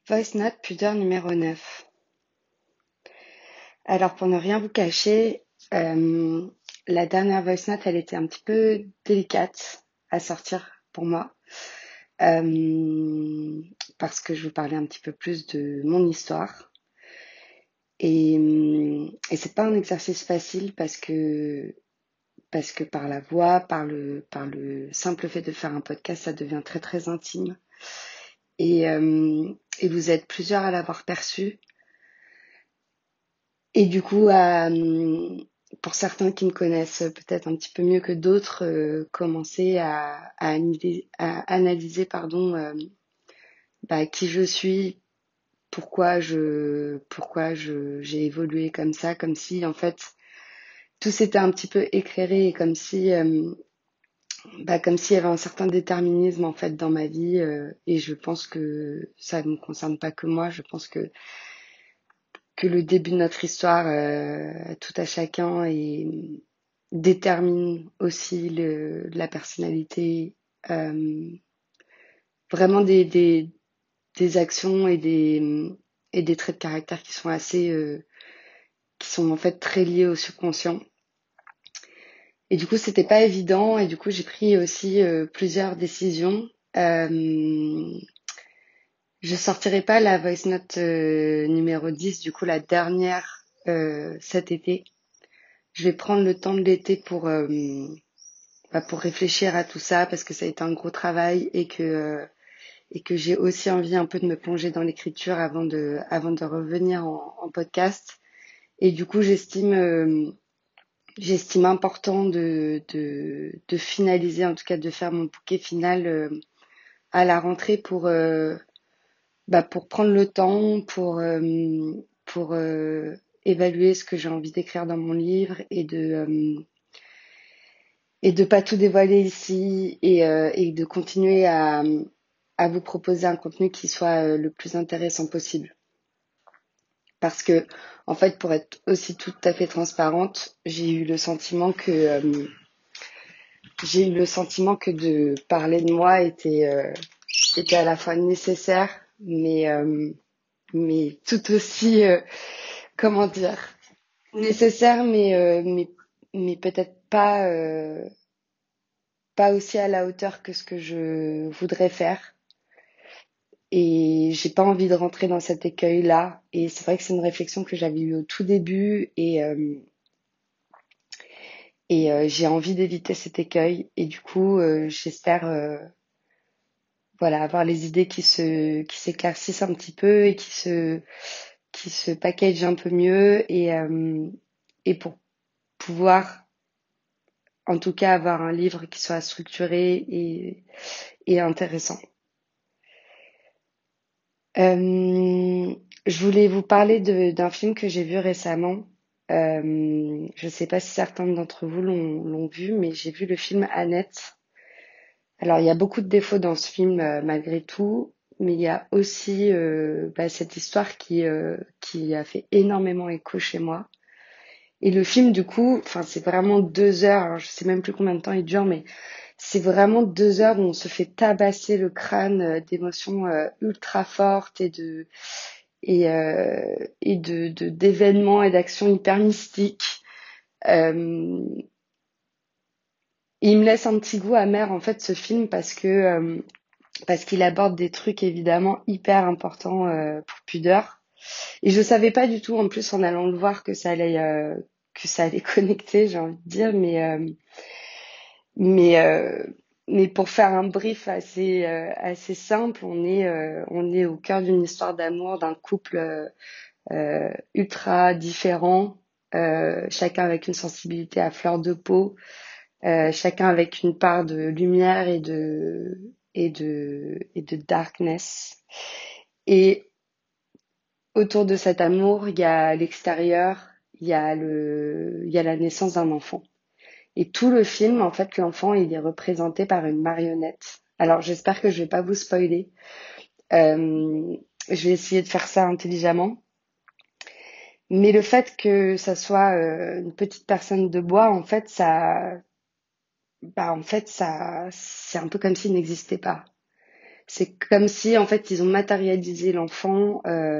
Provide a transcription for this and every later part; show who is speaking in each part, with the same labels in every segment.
Speaker 1: Voice note pudeur numéro 9. Alors pour ne rien vous cacher, euh, la dernière voice note, elle était un petit peu délicate à sortir pour moi. euh, Parce que je vous parlais un petit peu plus de mon histoire. Et c'est pas un exercice facile parce que par la voix, par le simple fait de faire un podcast, ça devient très très intime. Et vous êtes plusieurs à l'avoir perçu. Et du coup, pour certains qui me connaissent peut-être un petit peu mieux que d'autres, commencer à analyser, pardon, qui je suis, j'ai évolué comme ça, comme si en fait tout s'était un petit peu éclairé et comme s'il y avait un certain déterminisme en fait dans ma vie. Et je pense que ça ne concerne pas que moi. Je pense que le début de notre histoire, tout à chacun, et détermine aussi la personnalité, euh, vraiment des actions et des traits de caractère qui sont en fait très liés au subconscient. Et du coup, c'était pas évident, et du coup, j'ai pris aussi plusieurs décisions. Euh, je sortirai pas la voice note numéro 10, du coup la dernière cet été. Je vais prendre le temps de l'été pour réfléchir à tout ça parce que ça a été un gros travail et que j'ai aussi envie un peu de me plonger dans l'écriture avant de revenir en podcast. Et du coup, j'estime important de finaliser, en tout cas de faire mon bouquet final à la rentrée pour prendre le temps, pour évaluer ce que j'ai envie d'écrire dans mon livre et de pas tout dévoiler ici et de continuer à vous proposer un contenu qui soit le plus intéressant possible. Parce que, en fait, pour être aussi tout à fait transparente, j'ai eu le sentiment que de parler de moi était à la fois nécessaire, mais tout aussi, comment dire, nécessaire, mais peut-être pas aussi à la hauteur que ce que je voudrais faire. Et j'ai pas envie de rentrer dans cet écueil-là. Et c'est vrai que c'est une réflexion que j'avais eue au tout début et j'ai envie d'éviter cet écueil. Et du coup, j'espère voilà, avoir les idées qui s'éclaircissent un petit peu et qui se packagent un peu mieux et pour pouvoir en tout cas avoir un livre qui soit structuré et intéressant. Je voulais vous parler d'un film que j'ai vu récemment. Je ne sais pas si certains d'entre vous l'ont vu, mais j'ai vu le film Annette. Alors, il y a beaucoup de défauts dans ce film, malgré tout, mais il y a aussi cette histoire qui a fait énormément écho chez moi. Et le film, du coup, enfin, c'est vraiment 2 heures. Alors, je sais même plus combien de temps il dure, mais c'est vraiment 2 heures où on se fait tabasser le crâne d'émotions ultra fortes d'événements et d'actions hyper mystiques. Euh, il me laisse un petit goût amer en fait ce film parce qu'il aborde des trucs évidemment hyper importants pour Pudeur. Et je savais pas du tout en plus en allant le voir que ça allait connecter, j'ai envie de dire, mais euh, mais pour faire un brief assez simple, on est au cœur d'une histoire d'amour d'un couple ultra différent, chacun avec une sensibilité à fleur de peau, chacun avec une part de lumière et de darkness. Et autour de cet amour, il y a l'extérieur, il y a la naissance d'un enfant. Et tout le film, en fait, l'enfant, il est représenté par une marionnette. Alors, j'espère que je vais pas vous spoiler. Je vais essayer de faire ça intelligemment. Mais le fait que ça soit une petite personne de bois, en fait, ça, c'est un peu comme s'il n'existait pas. c'est comme si en fait ils ont matérialisé l'enfant,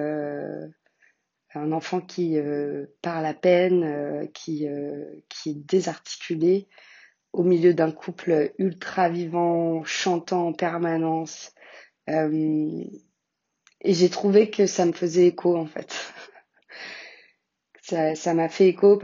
Speaker 1: un enfant qui parle à peine, qui est désarticulé, au milieu d'un couple ultra vivant, chantant en permanence. Euh, et j'ai trouvé que ça me faisait écho en fait. Ça m'a fait écho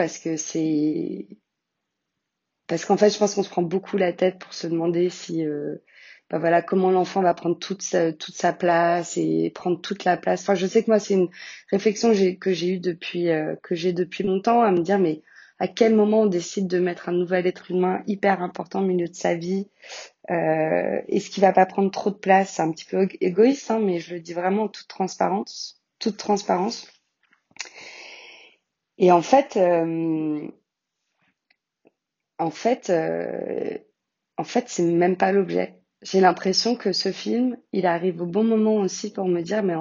Speaker 1: parce qu'en fait je pense qu'on se prend beaucoup la tête pour se demander si bah voilà comment l'enfant va prendre toute sa place et prendre toute la place. Enfin je sais que moi c'est une réflexion que j'ai eue depuis longtemps, à me dire mais à quel moment on décide de mettre un nouvel être humain hyper important au milieu de sa vie, est-ce qu'il va pas prendre trop de place? C'est un petit peu égoïste, hein, mais je le dis vraiment en toute transparence. Et en fait, euh, en fait, c'est même pas l'objet. J'ai l'impression que ce film, il arrive au bon moment aussi pour me dire, mais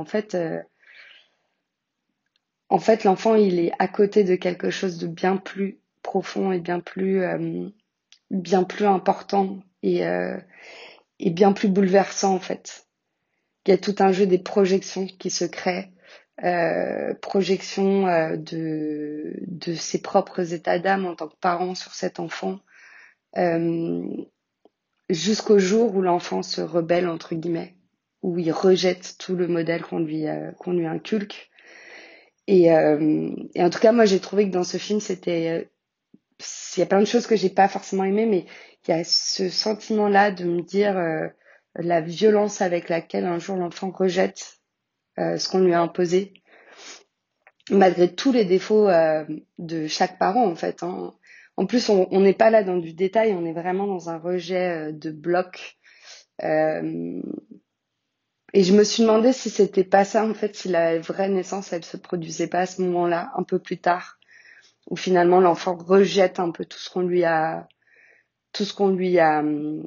Speaker 1: en fait, l'enfant, il est à côté de quelque chose de bien plus profond et bien plus important et bien plus bouleversant en fait. Il y a tout un jeu des projections qui se créent, projection de ses propres états d'âme en tant que parent sur cet enfant, euh, jusqu'au jour où l'enfant se rebelle entre guillemets, où il rejette tout le modèle qu'on lui inculque. Et en tout cas, moi, j'ai trouvé que dans ce film, il y a plein de choses que j'ai pas forcément aimées, mais il y a ce sentiment-là de me dire la violence avec laquelle un jour l'enfant rejette ce qu'on lui a imposé, malgré tous les défauts de chaque parent en fait, hein. En plus, on n'est pas là dans du détail, on est vraiment dans un rejet de bloc. Euh, et je me suis demandé si c'était pas ça en fait, si la vraie naissance elle se produisait pas à ce moment-là, un peu plus tard, où finalement l'enfant rejette un peu tout ce qu'on lui a,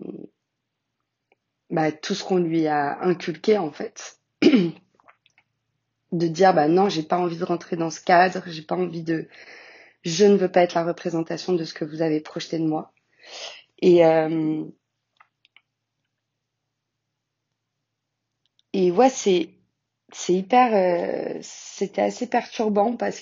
Speaker 1: tout ce qu'on lui a inculqué en fait. De dire bah non, j'ai pas envie de rentrer dans ce cadre, j'ai pas envie de je ne veux pas être la représentation de ce que vous avez projeté de moi. Et, euh, et ouais, c'est c'était assez perturbant parce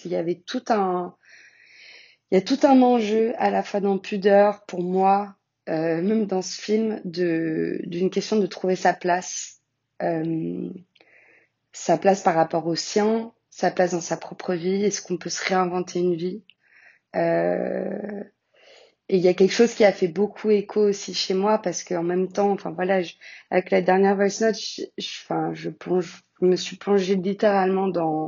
Speaker 1: il y a tout un enjeu à la fois dans Pudeur pour moi, même dans ce film, d'une question de trouver euh, sa place par rapport au sien, sa place dans sa propre vie. Est-ce qu'on peut se réinventer une vie? Euh, Et il y a quelque chose qui a fait beaucoup écho aussi chez moi parce qu'en même temps, enfin voilà, avec la dernière voice note, enfin, je me suis plongée littéralement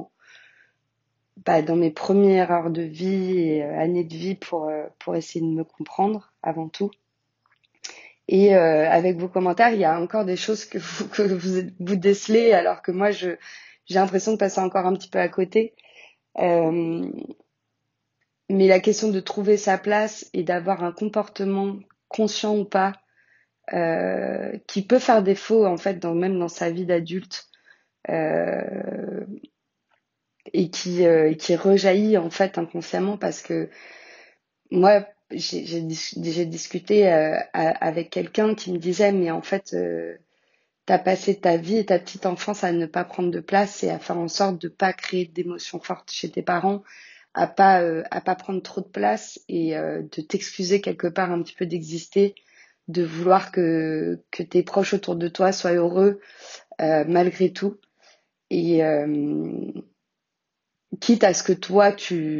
Speaker 1: dans mes premières heures de vie et années de vie pour essayer de me comprendre avant tout. Et avec vos commentaires, il y a encore des choses que vous décelez alors que moi, j'ai l'impression de passer encore un petit peu à côté. Euh, mais la question de trouver sa place et d'avoir un comportement conscient ou pas qui peut faire défaut en fait même dans sa vie d'adulte euh, et qui rejaillit en fait inconsciemment parce que moi j'ai discuté avec quelqu'un qui me disait mais en fait t'as passé ta vie et ta petite enfance à ne pas prendre de place et à faire en sorte de pas créer d'émotions fortes chez tes parents, à pas prendre trop de place et de t'excuser quelque part un petit peu d'exister, de vouloir que tes proches autour de toi soient heureux malgré tout. Et quitte à ce que toi,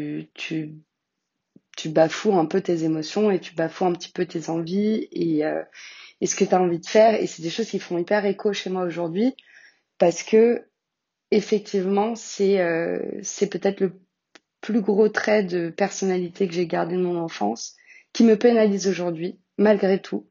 Speaker 1: tu bafoues un peu tes émotions et tu bafoues un petit peu tes envies et ce que tu as envie de faire. Et c'est des choses qui font hyper écho chez moi aujourd'hui parce que effectivement, c'est peut-être le plus gros trait de personnalité que j'ai gardé de mon enfance qui me pénalise aujourd'hui, malgré tout.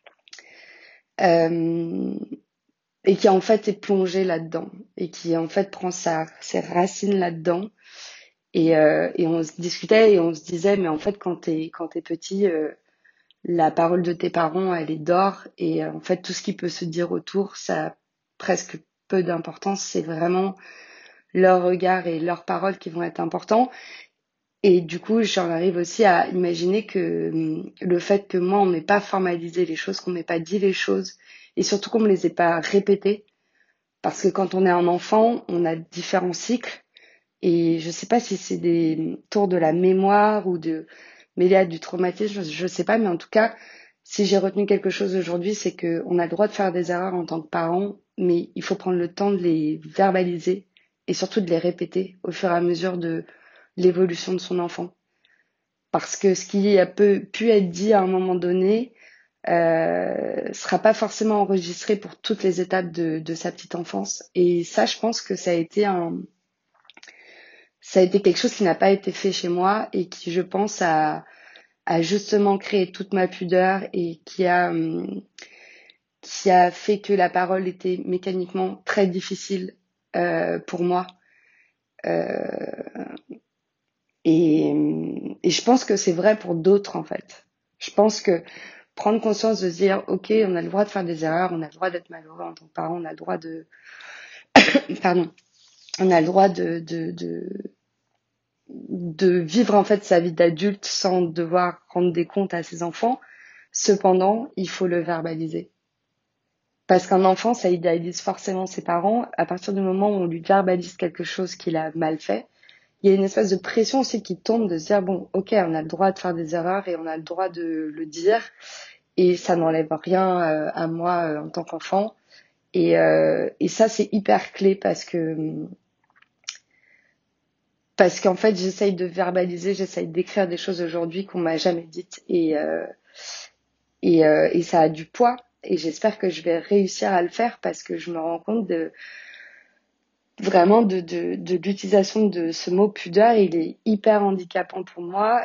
Speaker 1: Euh, et qui en fait est plongé là-dedans et qui en fait prend ses racines là-dedans et on se discutait et on se disait mais en fait quand t'es petit la parole de tes parents elle est d'or et en fait tout ce qui peut se dire autour ça a presque peu d'importance, c'est vraiment leur regard et leurs paroles qui vont être importants Et du coup, j'en arrive aussi à imaginer que le fait que moi, on m'ait pas formalisé les choses, qu'on m'ait pas dit les choses, et surtout qu'on me les ait pas répétées, parce que quand on est un enfant, on a différents cycles, et je sais pas si c'est des tours de la mémoire ou de mêlés à du traumatisme, je sais pas, mais en tout cas, si j'ai retenu quelque chose aujourd'hui, c'est que on a le droit de faire des erreurs en tant que parent, mais il faut prendre le temps de les verbaliser et surtout de les répéter au fur et à mesure de l'évolution de son enfant. Parce que ce qui a pu être dit à un moment donné sera pas forcément enregistré pour toutes les étapes de sa petite enfance. Et ça, je pense que ça a été quelque chose qui n'a pas été fait chez moi et qui, je pense, a justement créé toute ma pudeur et qui a fait que la parole était mécaniquement très difficile pour moi. Euh, et je pense que c'est vrai pour d'autres en fait. Je pense que prendre conscience de se dire, ok, on a le droit de faire des erreurs, on a le droit d'être malheureux en tant que parent, on a le droit pardon, on a le droit de vivre en fait sa vie d'adulte sans devoir rendre des comptes à ses enfants. Cependant, il faut le verbaliser. Parce qu'un enfant, ça idéalise forcément ses parents. À partir du moment où on lui verbalise quelque chose qu'il a mal fait, il y a une espèce de pression aussi qui tombe de se dire, bon, ok, on a le droit de faire des erreurs et on a le droit de le dire. Et ça n'enlève rien à moi en tant qu'enfant. Et ça, c'est hyper clé parce qu'en fait, j'essaye de verbaliser, j'essaye d'écrire des choses aujourd'hui qu'on m'a jamais dites et ça a du poids. Et j'espère que je vais réussir à le faire parce que je me rends compte vraiment de l'utilisation de ce mot pudeur. Il est hyper handicapant pour moi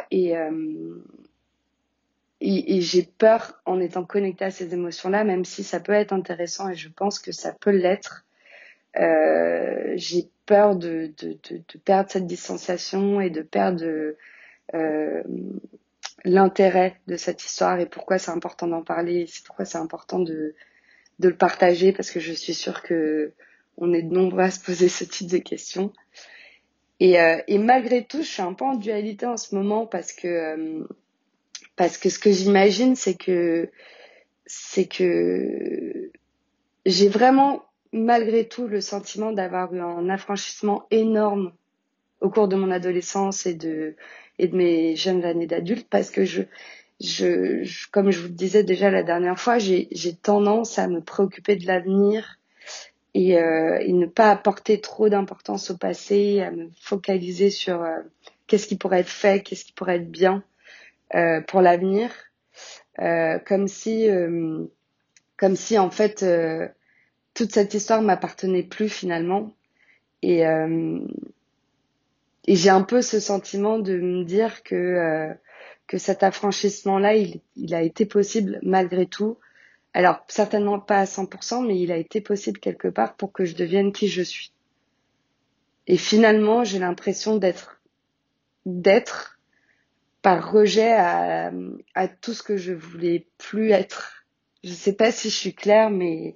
Speaker 1: et j'ai peur en étant connectée à ces émotions-là, même si ça peut être intéressant et je pense que ça peut l'être. J'ai peur de perdre cette distanciation et de perdre euh, l'intérêt de cette histoire et pourquoi c'est important d'en parler, c'est pourquoi c'est important de le partager parce que je suis sûre que on est de nombreux à se poser ce type de questions. Et malgré tout, je suis un peu en dualité en ce moment parce que ce que j'imagine, c'est que j'ai vraiment malgré tout le sentiment d'avoir eu un affranchissement énorme au cours de mon adolescence et de mes jeunes années d'adulte parce que comme je vous le disais déjà la dernière fois, j'ai tendance à me préoccuper de l'avenir et ne pas apporter trop d'importance au passé, à me focaliser sur qu'est-ce qui pourrait être fait, qu'est-ce qui pourrait être bien pour l'avenir, euh, comme si euh, comme si en fait toute cette histoire m'appartenait plus finalement et euh, et j'ai un peu ce sentiment de me dire que cet affranchissement-là, il a été possible malgré tout. Alors, certainement pas à 100%, mais il a été possible quelque part pour que je devienne qui je suis. Et finalement, j'ai l'impression d'être par rejet à tout ce que je voulais plus être. Je sais pas si je suis claire, mais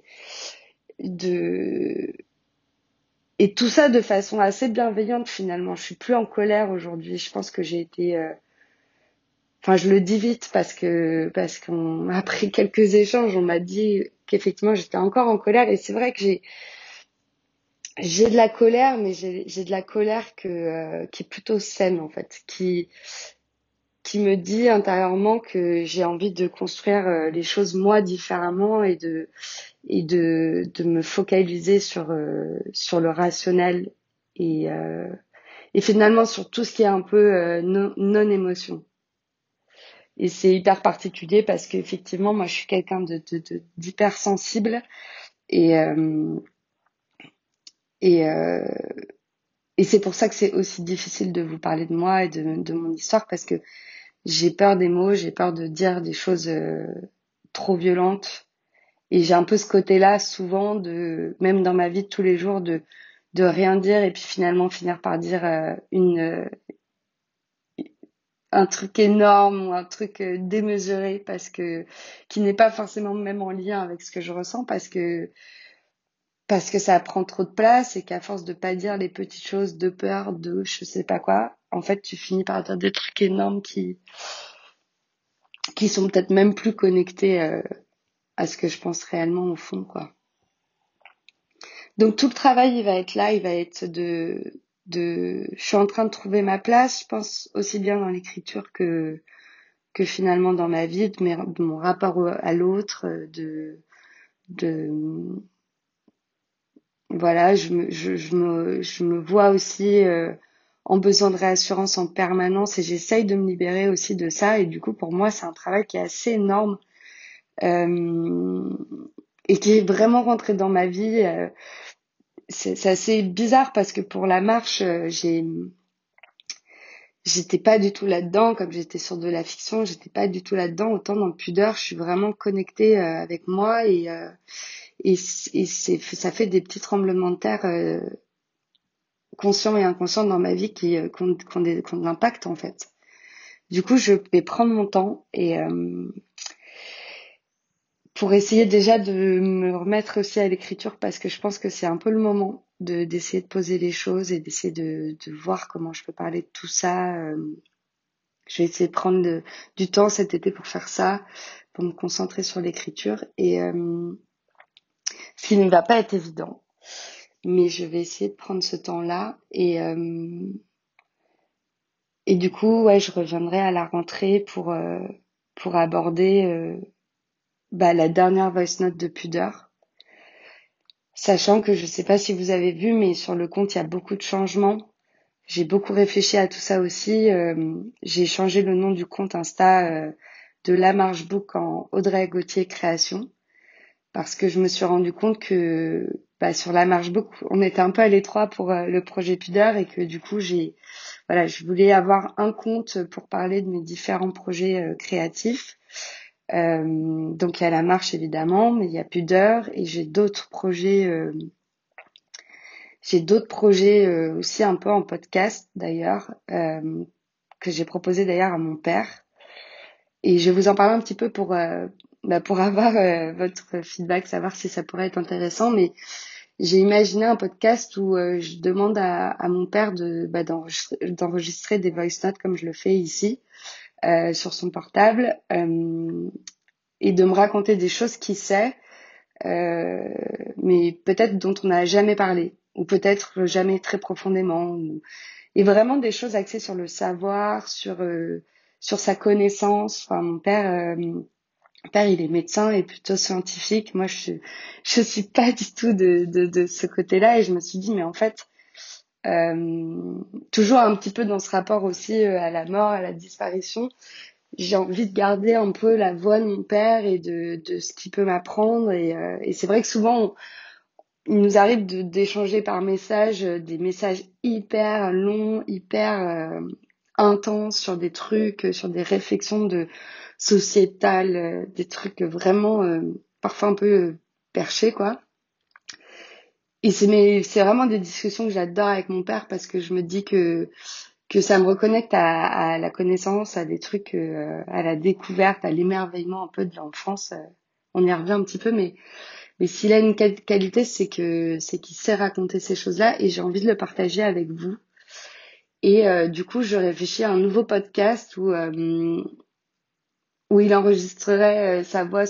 Speaker 1: de, et tout ça de façon assez bienveillante finalement. Je suis plus en colère aujourd'hui. Je pense que j'ai été enfin, je le dis vite parce qu'on après quelques échanges, on m'a dit qu'effectivement j'étais encore en colère et c'est vrai que j'ai de la colère, mais j'ai de la colère qui est plutôt saine en fait, qui me dit intérieurement que j'ai envie de construire les choses moi différemment et de me focaliser sur le rationnel et euh, et finalement sur tout ce qui est un peu non émotion. Et c'est hyper particulier parce qu'effectivement, moi, je suis quelqu'un d'hypersensible et, euh, et, euh, et c'est pour ça que c'est aussi difficile de vous parler de moi et de mon histoire parce que j'ai peur des mots, j'ai peur de dire des choses trop violentes et j'ai un peu ce côté-là souvent même dans ma vie de tous les jours, de rien dire et puis finalement finir par dire un truc énorme ou un truc démesuré parce que qui n'est pas forcément même en lien avec ce que je ressens parce que parce que ça prend trop de place et qu'à force de pas dire les petites choses de peur, de je sais pas quoi, en fait, tu finis par dire des trucs énormes qui sont peut-être même plus connectés à ce que je pense réellement au fond, quoi. Donc tout le travail, il va être là, il va être je suis en train de trouver ma place, je pense aussi bien dans l'écriture que finalement dans ma vie, de mon rapport à l'autre, de, voilà, je me vois aussi en besoin de réassurance en permanence et j'essaye de me libérer aussi de ça. Et du coup, pour moi, c'est un travail qui est assez énorme euh, et qui est vraiment rentré dans ma vie. C'est assez bizarre parce que pour la marche, j'étais pas du tout là-dedans. Comme j'étais sur de la fiction, j'étais pas du tout là-dedans. Autant dans Pudeur, je suis vraiment connectée avec moi ça fait des petits tremblements de terre conscients et inconscients dans ma vie qui ont de l'impact en fait. Du coup, je vais prendre mon temps et pour essayer déjà de me remettre aussi à l'écriture parce que je pense que c'est un peu le moment d'essayer de poser les choses et d'essayer de voir comment je peux parler de tout ça. Je vais essayer de prendre du temps cet été pour faire ça, pour me concentrer sur l'écriture et ce qui ne va pas être évident. Mais je vais essayer de prendre ce temps-là et du coup, ouais, je reviendrai à la rentrée pour aborder la dernière voice note de Pudeur. Sachant que je sais pas si vous avez vu, mais sur le compte, il y a beaucoup de changements. J'ai beaucoup réfléchi à tout ça aussi. J'ai changé le nom du compte Insta de La Marche Book en Audrey Gauthier Création parce que je me suis rendu compte que sur La Marche Book, on était un peu à l'étroit pour le projet Pudeur et que du coup, je voulais avoir un compte pour parler de mes différents projets créatifs. Donc il y a La Marche évidemment, mais il y a Pudeur et j'ai d'autres projets. J'ai d'autres projets aussi un peu en podcast d'ailleurs que j'ai proposé d'ailleurs à mon père et je vais vous en parler un petit peu pour avoir votre feedback, savoir si ça pourrait être intéressant. Mais j'ai imaginé un podcast où je demande à mon père d'enregistrer des voice notes comme je le fais ici sur son portable et de me raconter des choses qu'il sait mais peut-être dont on n'a jamais parlé ou peut-être jamais très profondément et vraiment des choses axées sur le savoir, sur sa connaissance. Enfin, mon père, il est médecin et plutôt scientifique. Moi, je suis pas du tout de ce côté-là et je me suis dit mais en fait toujours un petit peu dans ce rapport aussi à la mort, à la disparition. J'ai envie de garder un peu la voix de mon père et de ce qu'il peut m'apprendre et c'est vrai que souvent il nous arrive d'échanger par message des messages hyper longs, hyper intenses sur des trucs, sur des réflexions de sociétales, des trucs vraiment parfois un peu perchés quoi. Et c'est vraiment des discussions que j'adore avec mon père parce que je me dis que ça me reconnecte à la connaissance, à des trucs, à la découverte, à l'émerveillement un peu de l'enfance. On y revient un petit peu, mais s'il a une qualité, c'est qu'il sait raconter ces choses-là et j'ai envie de le partager avec vous. Et du coup, je réfléchis à un nouveau podcast où il enregistrerait sa voix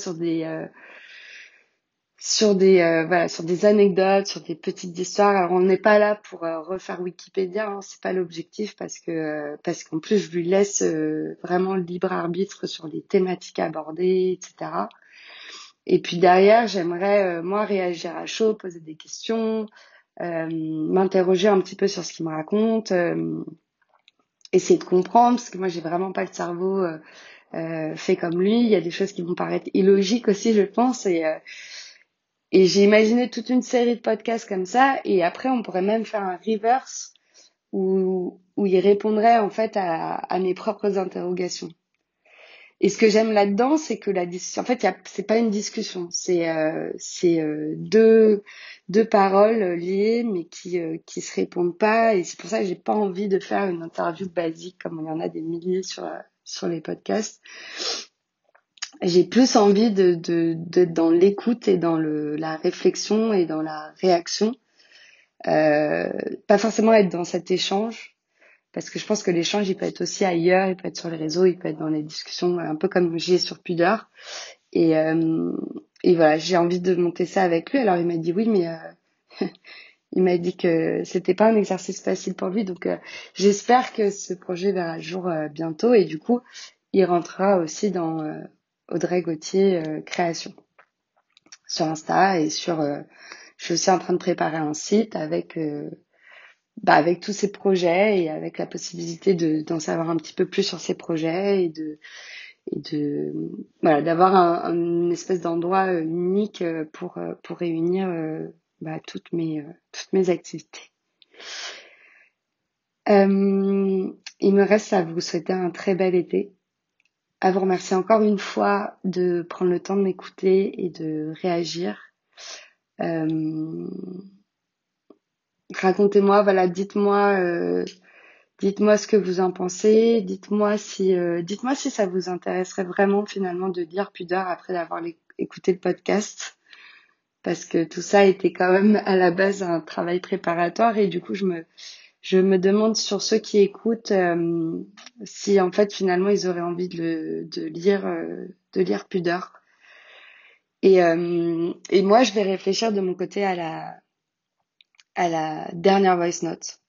Speaker 1: sur des anecdotes, sur des petites histoires. Alors on n'est pas là pour refaire Wikipédia, hein, c'est pas l'objectif parce qu'en plus je lui laisse vraiment le libre arbitre sur les thématiques abordées, etc. Et puis derrière, j'aimerais moi réagir à chaud, poser des questions, m'interroger un petit peu sur ce qu'il me raconte, essayer de comprendre parce que moi j'ai vraiment pas le cerveau fait comme lui. Il y a des choses qui vont paraître illogiques aussi, je pense, et j'ai imaginé toute une série de podcasts comme ça, et après on pourrait même faire un reverse où il répondrait en fait à mes propres interrogations. Et ce que j'aime là-dedans, c'est que la discussion, en fait, c'est pas une discussion, c'est deux paroles liées mais qui se répondent pas, et c'est pour ça que j'ai pas envie de faire une interview basique comme il y en a des milliers sur les podcasts. J'ai plus envie d'être dans l'écoute et dans la réflexion et dans la réaction. Euh, Pas forcément être dans cet échange, parce que je pense que l'échange, il peut être aussi ailleurs, il peut être sur les réseaux, il peut être dans les discussions, un peu comme j'ai sur Pudeur. Et, euh, et voilà, j'ai envie de monter ça avec lui. Alors il m'a dit oui, mais il m'a dit que c'était pas un exercice facile pour lui. Donc j'espère que ce projet verra le jour bientôt. Et du coup, il rentrera aussi dans Audrey Gauthier Création sur Insta et je suis aussi en train de préparer un site avec tous ces projets et avec la possibilité d'en savoir un petit peu plus sur ces projets et voilà, d'avoir une espèce d'endroit unique pour réunir toutes mes activités. Il me reste à vous souhaiter un très bel été, à vous remercier encore une fois de prendre le temps de m'écouter et de réagir. Euh, Racontez-moi, voilà, dites-moi ce que vous en pensez. Dites-moi si ça vous intéresserait vraiment finalement de lire Pudeur après d'avoir écouté le podcast, parce que tout ça était quand même à la base un travail préparatoire et du coup je me demande sur ceux qui écoutent si en fait finalement ils auraient envie de lire Pudeur. Et moi je vais réfléchir de mon côté à la dernière voice note,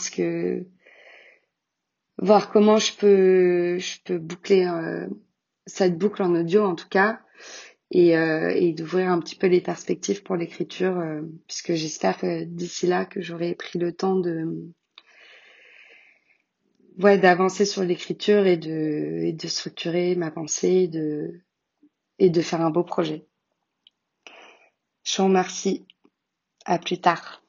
Speaker 1: voir comment je peux boucler cette boucle en audio en tout cas et d'ouvrir un petit peu les perspectives pour l'écriture puisque j'espère que d'ici là que j'aurai pris le temps d'avancer sur l'écriture et de structurer ma pensée et de faire un beau projet. Je vous remercie. À plus tard.